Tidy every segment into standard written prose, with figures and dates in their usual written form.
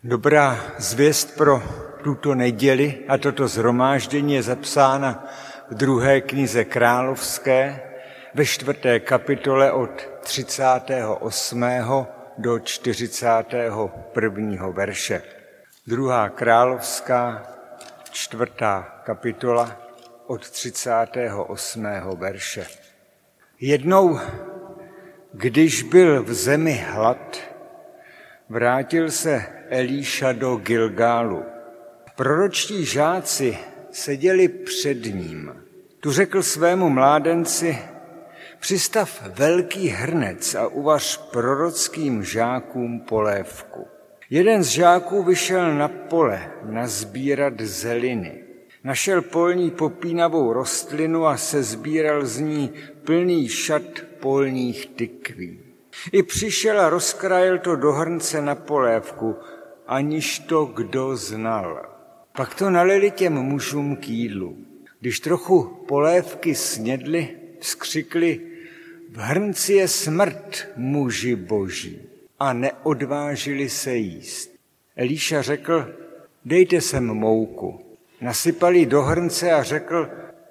Dobrá zvěst pro tuto neděli a toto shromáždění je zapsána v 2. knize Královské ve 4. kapitole od 38. do 41. verše. 2. Královská, 4. kapitola od 38. verše. Jednou, když byl v zemi hlad, vrátil se Elíša do Gilgálu. Proročtí žáci seděli před ním. Tu řekl svému mládenci: přistav velký hrnec a uvař prorockým žákům polévku. Jeden z žáků vyšel na pole nazbírat zeliny. Našel polní popínavou rostlinu a sezbíral z ní plný šat polních tykví. I přišel a rozkrájel to do hrnce na polévku, aniž to kdo znal. Pak to nalili těm mužům k jídlu. Když trochu polévky snědli, vzkřikli: v hrnci je smrt, muži boží, a neodvážili se jíst. Elíša řekl: dejte sem mouku. Nasypali do hrnce a řekl: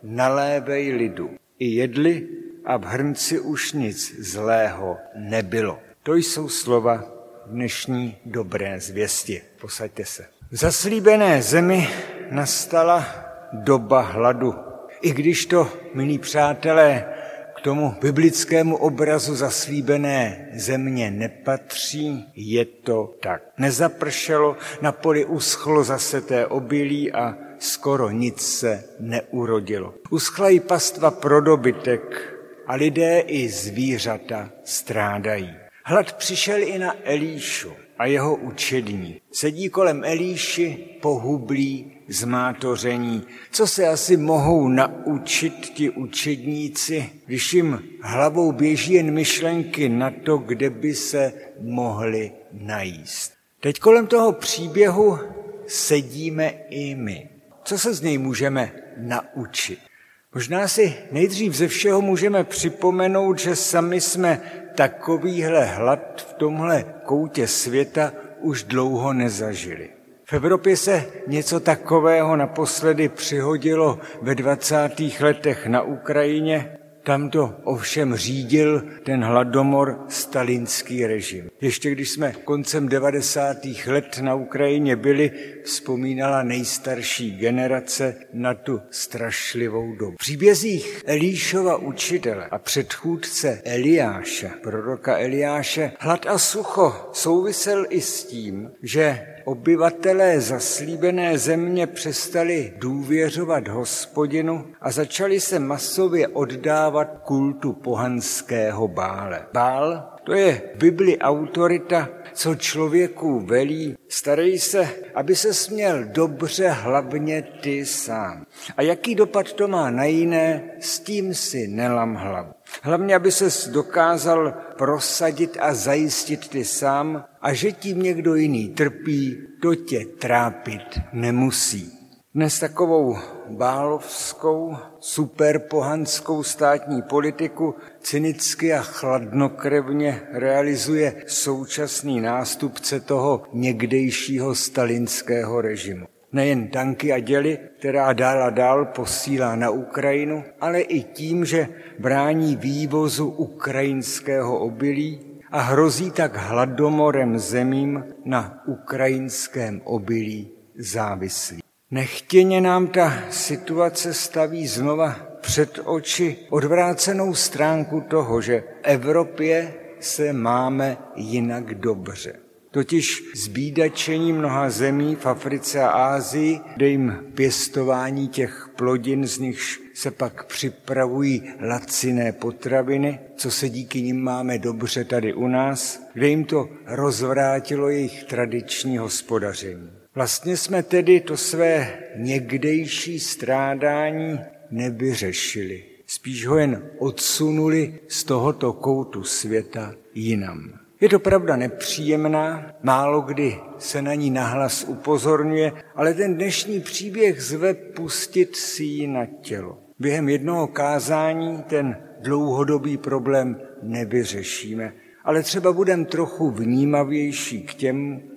nalévej lidu. I jedli a v hrnci už nic zlého nebylo. To jsou slova dnešní dobré zvěsti. Posaďte se. V zaslíbené zemi nastala doba hladu. I když to, milí přátelé, k tomu biblickému obrazu zaslíbené země nepatří, je to tak. Nezapršelo, na poli uschlo zaseté obilí a skoro nic se neurodilo. Uschla i pastva pro dobytek a lidé i zvířata strádají. Hlad přišel i na Elíšu a jeho učední. Sedí kolem Elíši pohublí, zmátoření. Co se asi mohou naučit ti učedníci, když jim hlavou běží jen myšlenky na to, kde by se mohli najíst? Teď kolem toho příběhu sedíme i my. Co se z něj můžeme naučit? Možná si nejdřív ze všeho můžeme připomenout, že sami jsme takovýhle hlad v tomhle koutě světa už dlouho nezažili. V Evropě se něco takového naposledy přihodilo ve 20. letech na Ukrajině. Tam to ovšem řídil ten hladomor stalinský režim. Ještě když jsme koncem 90. let na Ukrajině byli, vzpomínala nejstarší generace na tu strašlivou dobu. V příbězích Elíšova učitele a předchůdce Eliáše, proroka Eliáše, hlad a sucho souvisel i s tím, že obyvatelé zaslíbené země přestali důvěřovat Hospodinu a začali se masově oddávat kultu pohanského Bále. Bál, to je v Bibli autorita, co člověku velí: starej se, aby se směl dobře, hlavně ty sám. A jaký dopad to má na jiné, s tím si nelam hlavu. Hlavně, aby ses dokázal prosadit a zajistit ty sám, a že tím někdo jiný trpí, to tě trápit nemusí. Dnes takovou bálovskou, superpohanskou státní politiku cynicky a chladnokrevně realizuje současný nástupce toho někdejšího stalinského režimu. Nejen tanky a děly, která dál a dál posílá na Ukrajinu, ale i tím, že brání vývozu ukrajinského obilí a hrozí tak hladomorem zemím na ukrajinském obilí závislí. Nechtěně nám ta situace staví znova před oči odvrácenou stránku toho, že v Evropě se máme jinak dobře. Totiž zbídačení mnoha zemí v Africe a Asii, kde jim pěstování těch plodin, z nichž se pak připravují laciné potraviny, co se díky nim máme dobře tady u nás, kde jim to rozvrátilo jejich tradiční hospodaření. Vlastně jsme tedy to své někdejší strádání nevyřešili. Spíš ho jen odsunuli z tohoto koutu světa jinam. Je to pravda nepříjemná, málo kdy se na ní nahlas upozorňuje, ale ten dnešní příběh zve pustit si ji na tělo. Během jednoho kázání ten dlouhodobý problém nevyřešíme, ale třeba budeme trochu vnímavější k těm,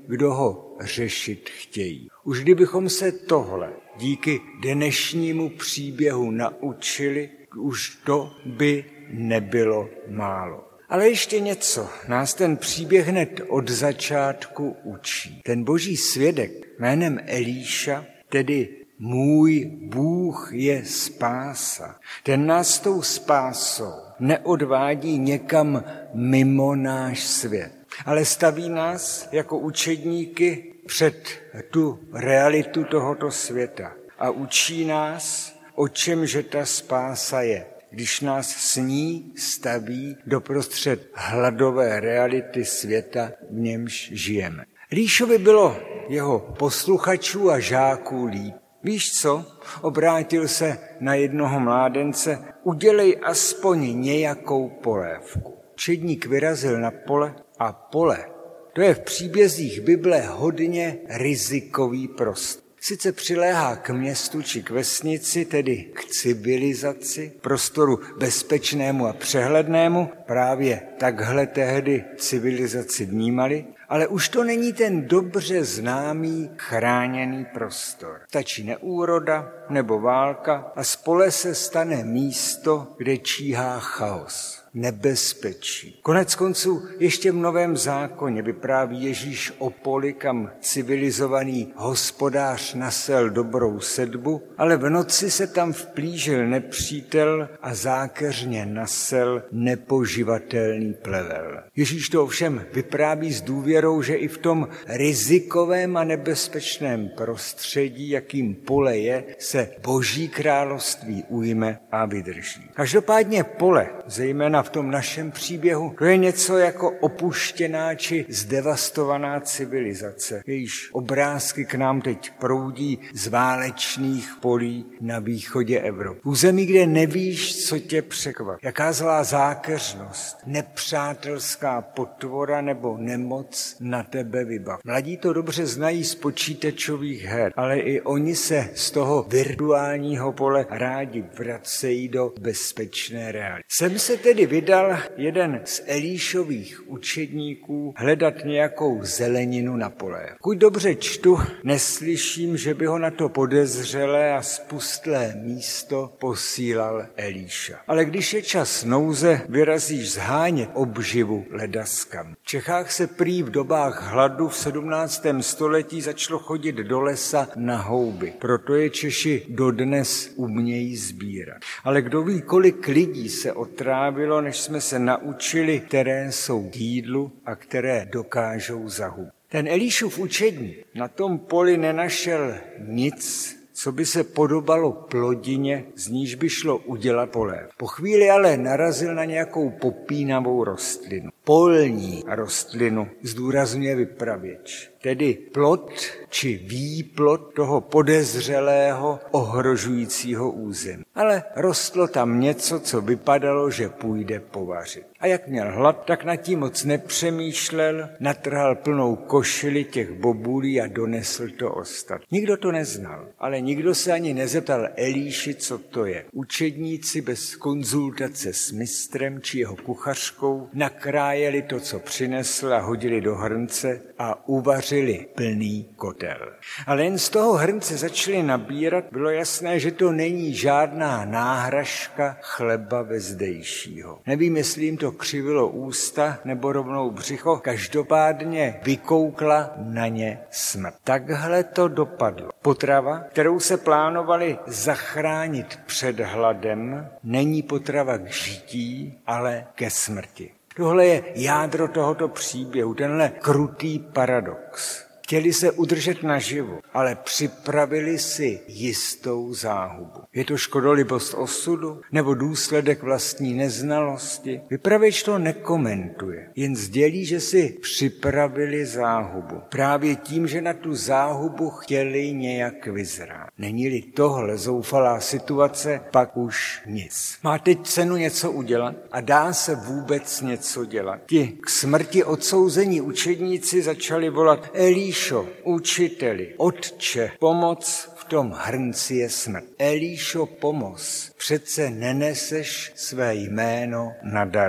kdo ho řešit chtějí. Už kdybychom se tohle díky dnešnímu příběhu naučili, už to by nebylo málo. Ale ještě něco nás ten příběh hned od začátku učí. Ten boží svědek jménem Elíša, tedy můj Bůh je spása. Ten nás tou spásou neodvádí někam mimo náš svět, ale staví nás jako učedníky před tu realitu tohoto světa a učí nás, o čemže ta spása je, když nás s ní staví doprostřed hladové reality světa, v němž žijeme. Elíšovi bylo jeho posluchačů a žáků líp. Víš co? Obrátil se na jednoho mládence, udělej aspoň nějakou polévku. Učedník vyrazil na pole a pole, to je v příbězích Bible hodně rizikový prostor. Sice přiléhá k městu či k vesnici, tedy k civilizaci, prostoru bezpečnému a přehlednému, právě takhle tehdy civilizaci vnímali, ale už to není ten dobře známý chráněný prostor. Stačí neúroda nebo válka a z pole se stane místo, kde číhá chaos, nebezpečí. Koneckonců ještě v Novém zákoně vypráví Ježíš o poli, kam civilizovaný hospodář nasel dobrou sedbu, ale v noci se tam vplížil nepřítel a zákeřně nasel nepoživatelný plevel. Ježíš to ovšem vypráví s důvěrou, že i v tom rizikovém a nebezpečném prostředí, jakým pole je, se Boží království ujme a vydrží. Každopádně pole, zejména v tom našem příběhu, to je něco jako opuštěná či zdevastovaná civilizace. Jejíž obrázky k nám teď proudí z válečných polí na východě Evropy. Území, kde nevíš, co tě překvapí. Jaká zlá zákeřnost, nepřátelská potvora nebo nemoc na tebe vybaví. Mladí to dobře znají z počítačových her, ale i oni se z toho virtuálního pole rádi vracejí do bezpečné reality. Sem se tedy vydal jeden z Elíšových učedníků hledat nějakou zeleninu na pole. Pokud dobře čtu, neslyším, že by ho na to podezřelé a spustlé místo posílal Elíša. Ale když je čas nouze, vyrazíš zhánět obživu ledaskam. V Čechách se prý v dobách hladu v 17. století začalo chodit do lesa na houby. Proto je Češi dodnes umějí sbírat. Ale kdo ví, kolik lidí se otrávilo, než jsme se naučili, které jsou k jídlu a které dokážou zahubit. Ten Elíšův učedník na tom poli nenašel nic, co by se podobalo plodině, z níž by šlo udělat polév. Po chvíli ale narazil na nějakou popínavou rostlinu. Polní rostlinu, zdůrazňuje vypravěč. Tedy plod či výplod toho podezřelého, ohrožujícího území. Ale rostlo tam něco, co vypadalo, že půjde povařit. A jak měl hlad, tak nad tím moc nepřemýšlel, natrhal plnou košili těch bobulí a donesl to ostat. Nikdo to neznal, ale nikdo se ani nezeptal Elíši, co to je. Učedníci bez konzultace s mistrem či jeho kuchařkou nakrájeli to, co přinesl a hodili do hrnce a uvařili plný kotel. Ale jen z toho hrnce začali nabírat, bylo jasné, že to není žádná náhražka chleba vezdejšího. Nevím, jestli jim to křivilo ústa nebo rovnou břicho, každopádně vykoukla na ně smrt. Takhle to dopadlo. Potrava, kterou se plánovali zachránit před hladem, není potrava k žití, ale ke smrti. Tohle je jádro tohoto příběhu, tenhle krutý paradox. Chtěli se udržet naživu, ale připravili si jistou záhubu. Je to škodolibost osudu nebo důsledek vlastní neznalosti? Vypravěč to nekomentuje, jen sdělí, že si připravili záhubu. Právě tím, že na tu záhubu chtěli nějak vyzrát. Není-li tohle zoufalá situace, pak už nic. Má teď cenu něco udělat a dá se vůbec něco dělat. Ti k smrti odsouzení učedníci začali volat Elíšo, učiteli, otče, pomoc, v tom hrnci je smrt. Elíšo, pomoz, přece neneseš své jméno nadarmo.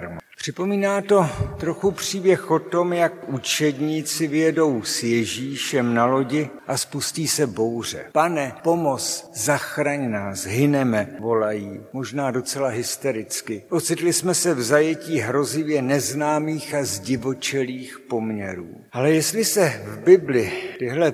Připomíná to trochu příběh o tom, jak učedníci vyjedou s Ježíšem na lodi a spustí se bouře. Pane, pomoz, zachraň nás, hyneme, volají, možná docela hystericky. Ocitli jsme se v zajetí hrozivě neznámých a zdivočelých poměrů. Ale jestli se v Bibli tyhle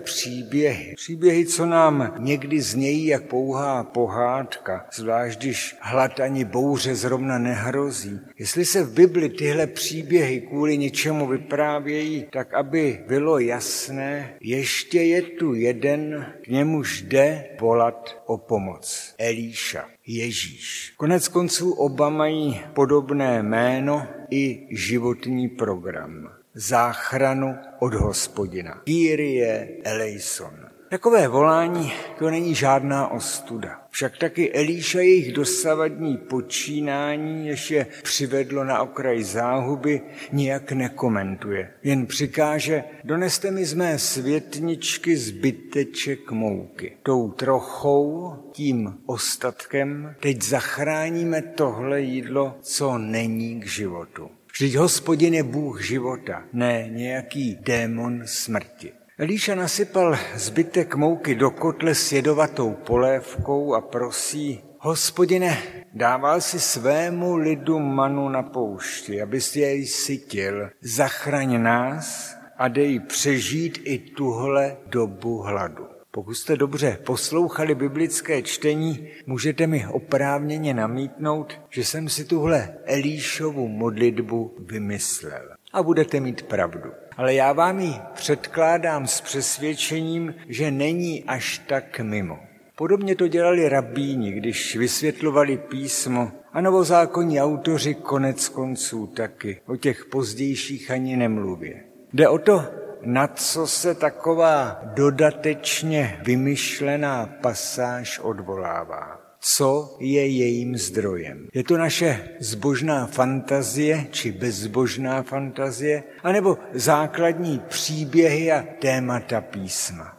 příběhy, co nám někdy znějí jak pouhá pohádka, zvlášť když hlad ani bouře zrovna nehrozí, jestli se v Bibli tyhle příběhy kvůli něčemu vyprávějí, tak aby bylo jasné, ještě je tu jeden, k němuž jde volat o pomoc. Elíša, Ježíš. Konec konců oba mají podobné jméno i životní program. Záchranu od Hospodina. Kyrie eleison. Takové volání to není žádná ostuda. Však taky Elíša jejich dosavadní počínání, jež je přivedlo na okraj záhuby, nijak nekomentuje. Jen přikáže, doneste mi z mé světničky zbyteček mouky. Tou trochou, tím ostatkem, teď zachráníme tohle jídlo, co není k životu. Vždyť Hospodin je Bůh života, ne nějaký démon smrti. Elíša nasypal zbytek mouky do kotle s jedovatou polévkou a prosí, Hospodine, dával si svému lidu manu na poušti, abys jej sytil, zachraň nás a dej přežít i tuhle dobu hladu. Pokud jste dobře poslouchali biblické čtení, můžete mi oprávněně namítnout, že jsem si tuhle Elíšovu modlitbu vymyslel. A budete mít pravdu. Ale já vám ji předkládám s přesvědčením, že není až tak mimo. Podobně to dělali rabíni, když vysvětlovali písmo a novozákonní autoři konec konců taky. O těch pozdějších ani nemluvě. Jde o to, na co se taková dodatečně vymyšlená pasáž odvolává. Co je jejím zdrojem? Je to naše zbožná fantazie či bezbožná fantazie, anebo základní příběhy a témata písma?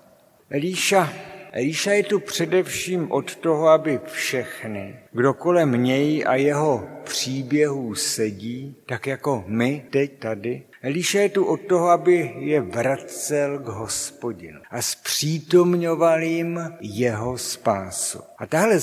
Elíša je tu především od toho, aby všechny, kdo kolem něj a jeho příběhů sedí, tak jako my teď tady, Elíša je tu od toho, aby je vracel k Hospodinu a zpřítomňoval jim jeho spásu. A tahle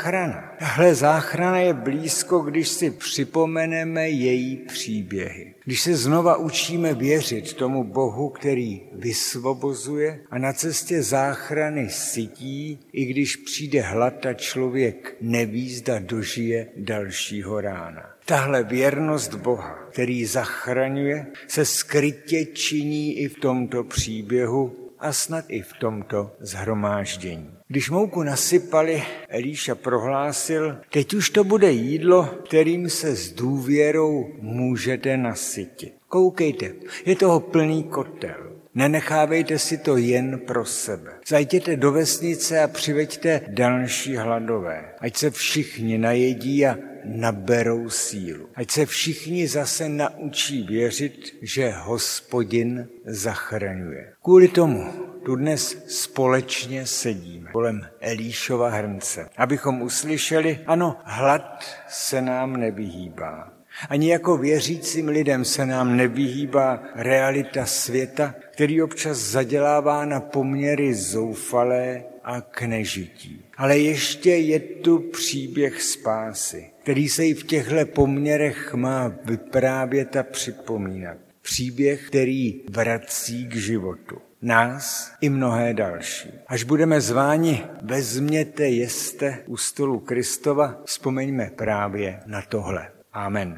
záchrana je blízko, když si připomeneme její příběhy. Když se znova učíme věřit tomu Bohu, který vysvobozuje a na cestě záchrany sytí, i když přijde hlad a člověk neví, zda dožije dalšího rána. Tahle věrnost Boha, který zachraňuje, se skrytě činí i v tomto příběhu a snad i v tomto shromáždění. Když mouku nasypali, Elíša prohlásil, teď už to bude jídlo, kterým se s důvěrou můžete nasytit. Koukejte, je toho plný kotel. Nenechávejte si to jen pro sebe. Zajděte do vesnice a přiveďte další hladové. Ať se všichni najedí a naberou sílu. Ať se všichni zase naučí věřit, že Hospodin zachraňuje. Kvůli tomu tu dnes společně sedíme kolem Elíšova hrnce, abychom uslyšeli, ano, hlad se nám nevyhýbá. Ani jako věřícím lidem se nám nevyhýbá realita světa, který občas zadělává na poměry zoufalé a k nežití. Ale ještě je tu příběh spásy, který se i v těchto poměrech má vyprávět a připomínat. Příběh, který vrací k životu. Nás i mnohé další. Až budeme zváni, vezměte, jeste u stolu Kristova, vzpomeňme právě na tohle. Amen.